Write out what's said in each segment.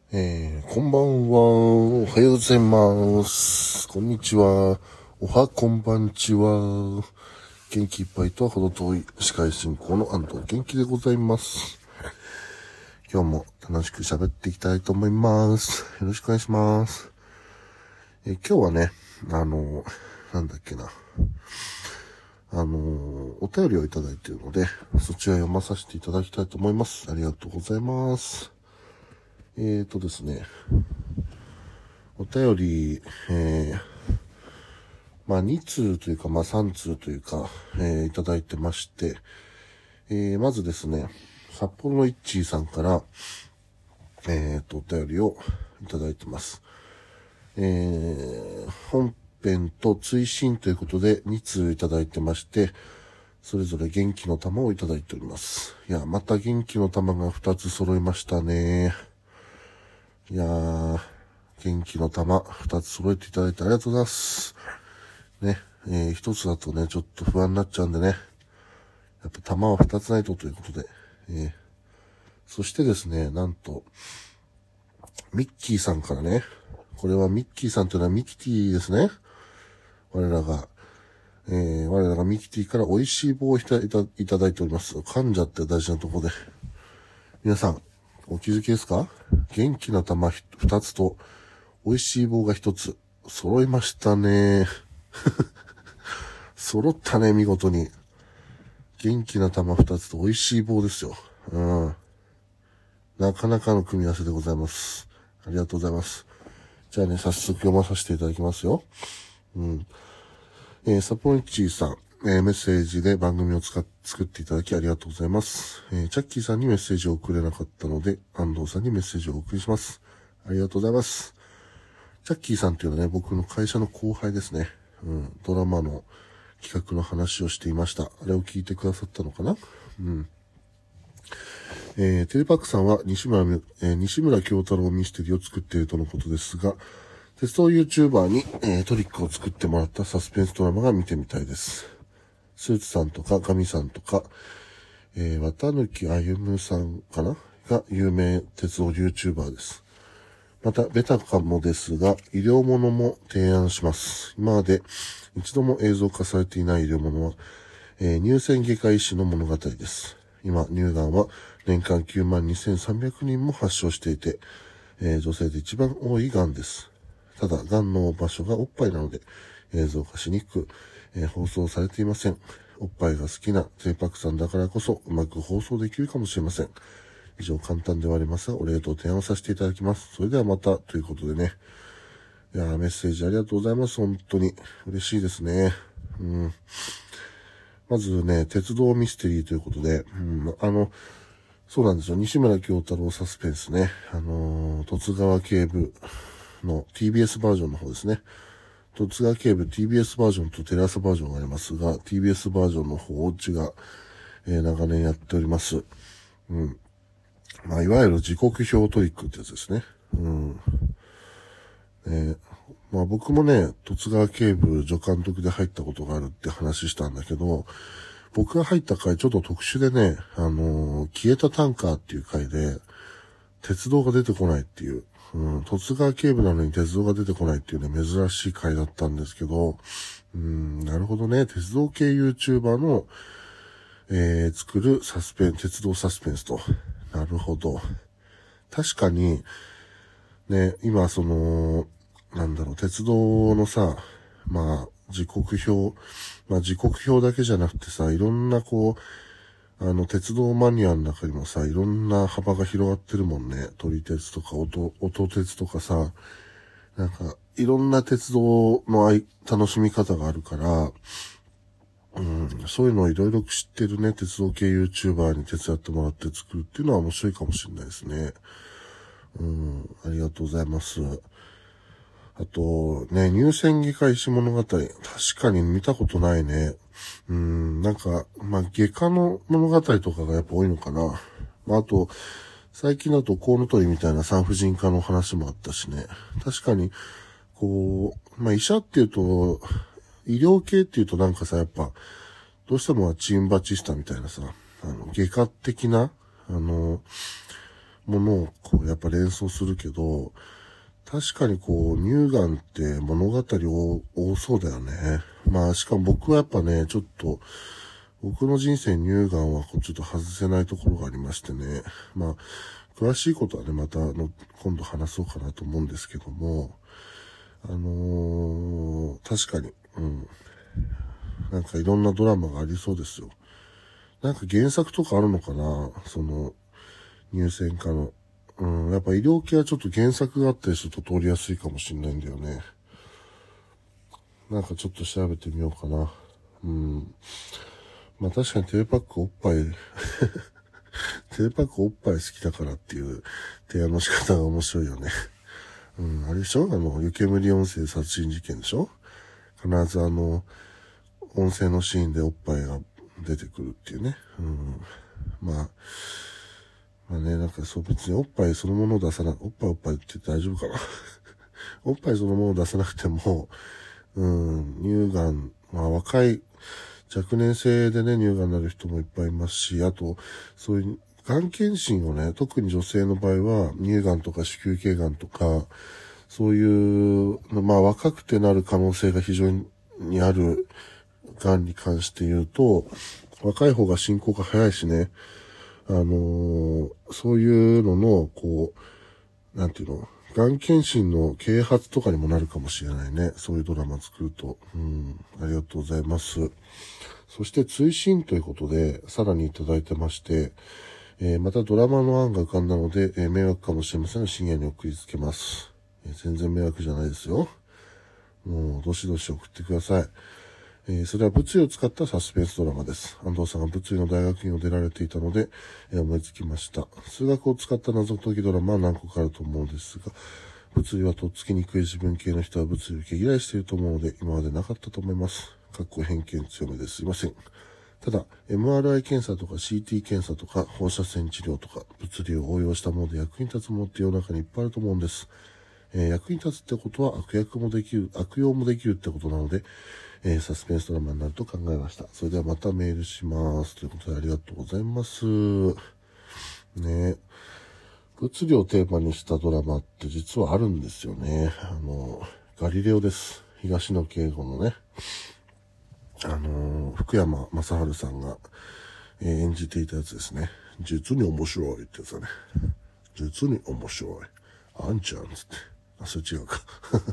こんばんは。おはようございます。こんにちは。おはこんばんちは。元気いっぱいとはほど遠い司会進行の安藤元気でございます。今日も楽しく喋っていきたいと思います。よろしくお願いします。今日はね、なんだっけな。お便りをいただいているので、そちら読まさせていただきたいと思います。ありがとうございます。ですね。お便り、2通というか、3通というか、いただいてまして、まずですね、札幌のイッチーさんから、お便りをいただいてます。本編と追伸ということで2通いただいてまして、それぞれ元気の玉をいただいております。いや、また元気の玉が2つ揃いましたね。いやー、元気の玉2つ揃えていただいてありがとうございます。ね、1つだとね、ちょっと不安になっちゃうんでね。やっぱ玉は2つないということで。そしてですね、なんと、ミッキーさんからね、これはミッキーさんというのはミキティですね。我らがミキティから美味しい棒をいただいております。噛んじゃって大事なところで。皆さん、お気づきですか？元気な玉2つと美味しい棒が1つ。揃いましたね。揃ったね、見事に。元気な玉2つと美味しい棒ですよ。なかなかの組み合わせでございます。ありがとうございます。じゃあね、早速読まさせていただきますよ。サポニッチーさん、メッセージで番組を作っていただきありがとうございます。チャッキーさんにメッセージを送れなかったので、安藤さんにメッセージをお送りします。ありがとうございます。チャッキーさんというのはね、僕の会社の後輩ですね。ドラマの企画の話をしていました。あれを聞いてくださったのかな？テレパックさんは西村京太郎ミステリーを作っているとのことですが、鉄道 YouTuber に、トリックを作ってもらったサスペンスドラマが見てみたいです。スーツさんとかガミさんとか、綿貫あゆむさんかなが有名鉄道 YouTuber です。また、ベタかもですが、医療ものも提案します。今まで一度も映像化されていない医療ものは、乳腺外科医師の物語です。今、乳がんは年間92,300人も発症していて、女性で一番多いがんです。ただ、がんの場所がおっぱいなので、映像化しにくく、放送されていません。おっぱいが好きなテイパクさんだからこそ、うまく放送できるかもしれません。以上、簡単ではありますが、お礼と提案させていただきます。それではまた、ということでね。いやー、メッセージありがとうございます。本当に。嬉しいですね。まずね、鉄道ミステリーということで、そうなんですよ。西村京太郎サスペンスね。十津川警部の TBS バージョンの方ですね。十津川警部 TBS バージョンとテレ朝バージョンがありますが、TBS バージョンの方、おうちが、長年やっております。いわゆる時刻表トリックってやつですね。僕もね、十津川警部助監督で入ったことがあるって話したんだけど、僕が入った回ちょっと特殊でね、消えたタンカーっていう回で、鉄道が出てこないっていう、十津川警部なのに鉄道が出てこないっていうね、珍しい回だったんですけど、なるほどね、鉄道系 YouTuber の、作る鉄道サスペンスと。なるほど。確かに、ね、今鉄道のさ、時刻表、時刻表だけじゃなくてさ、いろんな鉄道マニアの中にもさ、いろんな幅が広がってるもんね。撮り鉄とか音鉄とかさ、いろんな鉄道の楽しみ方があるから、そういうのをいろいろ知ってるね、鉄道系 YouTuber に手伝ってもらって作るっていうのは面白いかもしれないですね。ありがとうございます。あと、ね、乳腺外科医師物語。確かに見たことないね。外科の物語とかがやっぱ多いのかな。あと、最近だとコウノトリみたいな産婦人科の話もあったしね。確かに、医者っていうと、医療系っていうとやっぱ、どうしてもチームバチスタみたいなさ、外科的な、 ものをこうやっぱ連想するけど、確かにこう乳がんって物語多そうだよね。まあしかも僕はやっぱね、ちょっと僕の人生乳がんはちょっと外せないところがありましてね。まあ詳しいことはね、また今度話そうかなと思うんですけども、確かに、なんかいろんなドラマがありそうですよ。なんか原作とかあるのかな、その乳腺科の。やっぱ医療系はちょっと原作があったりすると通りやすいかもしれないんだよね。なんかちょっと調べてみようかな。まあ確かにテレパックおっぱいテレパックおっぱい好きだからっていう提案の仕方が面白いよね。あれでしょ、湯煙温泉殺人事件でしょ、必ず温泉のシーンでおっぱいが出てくるっていうね。まあね、なんかそう別におっぱいそのものを出さな、おっぱいって言って大丈夫かなおっぱいそのものを出さなくても、乳がん、まあ若い、若年性でね、乳がんになる人もいっぱいいますし、あと、そういう、がん検診をね、特に女性の場合は、乳がんとか子宮頸がんとか、そういう、まあ若くてなる可能性が非常にあるがんに関して言うと、若い方が進行が早いしね、そういうのの、こう、なんていうの、がん検診の啓発とかにもなるかもしれないね。そういうドラマ作ると。ありがとうございます。そして追伸ということで、さらにいただいてまして、またドラマの案が浮かんだので、迷惑かもしれませんが、深夜に送りつけます。全然迷惑じゃないですよ。もう、どしどし送ってください。それは物理を使ったサスペンスドラマです。安藤さんが物理の大学院を出られていたので、思いつきました。数学を使った謎解きドラマは何個かあると思うんですが、物理はとっつきにくい自分系の人は物理を毛嫌いしていると思うので、今までなかったと思います。偏見強めですいません。ただ、MRI 検査とか CT 検査とか放射線治療とか物理を応用したもので役に立つものって世の中にいっぱいあると思うんです。役に立つってことは悪用もできるってことなので、サスペンスドラマになると考えました。それではまたメールします。ということでありがとうございます。ね、物理をテーマにしたドラマって実はあるんですよね。ガリレオです。東野圭吾のね。福山雅治さんが、演じていたやつですね。実に面白いってやつだね。実に面白い。あんちゃんつって。あ、それ違うか。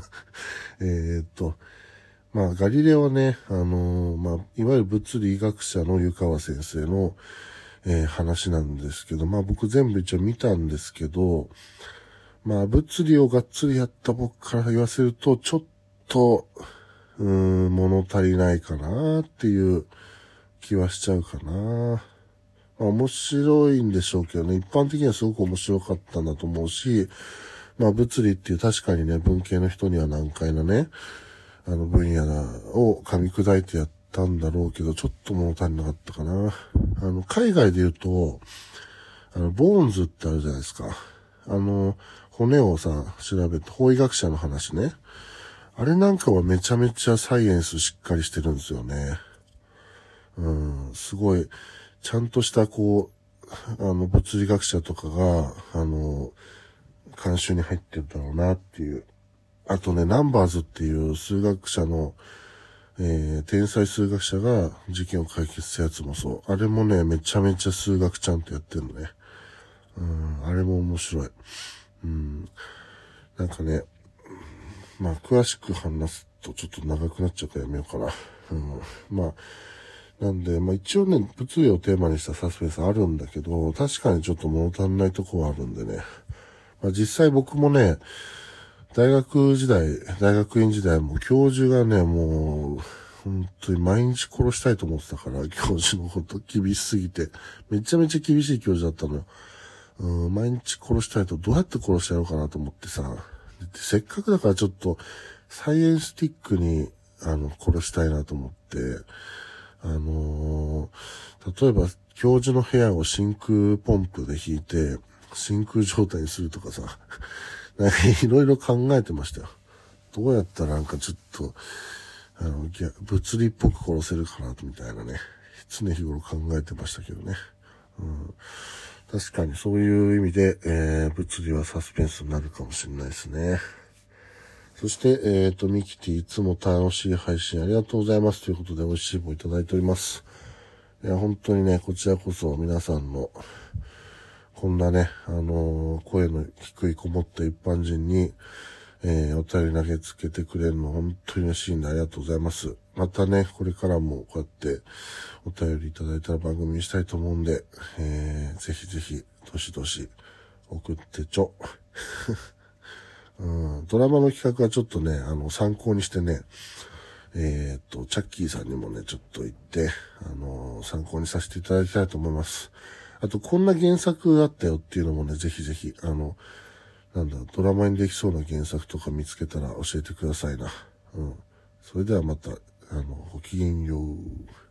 まあ、ガリレオはね、まあ、いわゆる物理学者の湯川先生の、話なんですけど、まあ僕全部一応見たんですけど、まあ物理をがっつりやった僕から言わせると、ちょっと、物足りないかなっていう気はしちゃうかな。まあ面白いんでしょうけどね、一般的にはすごく面白かったんだと思うし、まあ物理っていう確かにね、文系の人には難解なね、分野を噛み砕いてやったんだろうけど、ちょっと物足りなかったかな。海外で言うと、ボーンズってあるじゃないですか。骨をさ、調べて、法医学者の話ね。あれなんかはめちゃめちゃサイエンスしっかりしてるんですよね。すごい、ちゃんとしたこう、物理学者とかが、監修に入ってるんだろうなっていう。あとね、ナンバーズっていう数学者の、天才数学者が事件を解決したやつもそう。あれもね、めちゃめちゃ数学ちゃんとやってるのね。あれも面白い。なんかね、まあ、詳しく話すとちょっと長くなっちゃうからやめようかな。まあ、なんで、まあ一応ね、物理をテーマにしたサスペンスあるんだけど、確かにちょっと物足んないとこはあるんでね。まあ実際僕もね、大学院時代も教授がね、もう、本当に毎日殺したいと思ってたから、教授のこと厳しすぎて。めちゃめちゃ厳しい教授だったのよ。毎日殺したいとどうやって殺してやろうかなと思ってさ。せっかくだからちょっと、サイエンスティックに、殺したいなと思って、例えば、教授の部屋を真空ポンプで引いて、真空状態にするとかさ、なんかいろいろ考えてましたよ。どうやったらなんかちょっと、物理っぽく殺せるかなみたいなね、常日頃考えてましたけどね。 確かにそういう意味で、物理はサスペンスになるかもしれないですね。そして、ミキティいつも楽しい配信ありがとうございますということで美味しい棒いただいております。いや、本当にね、こちらこそ皆さんの、こんなね、声の低いこもった一般人に、お便り投げつけてくれるの本当に嬉しいんでありがとうございます。またね、これからもこうやってお便りいただいたら番組にしたいと思うんで、ぜひぜひ、どしどし送ってちょ。ドラマの企画はちょっとね、参考にしてね、チャッキーさんにもね、ちょっと言って、参考にさせていただきたいと思います。あと、こんな原作あったよっていうのもね、ぜひぜひ、ドラマにできそうな原作とか見つけたら教えてくださいな。それではまた、ごきげんよう。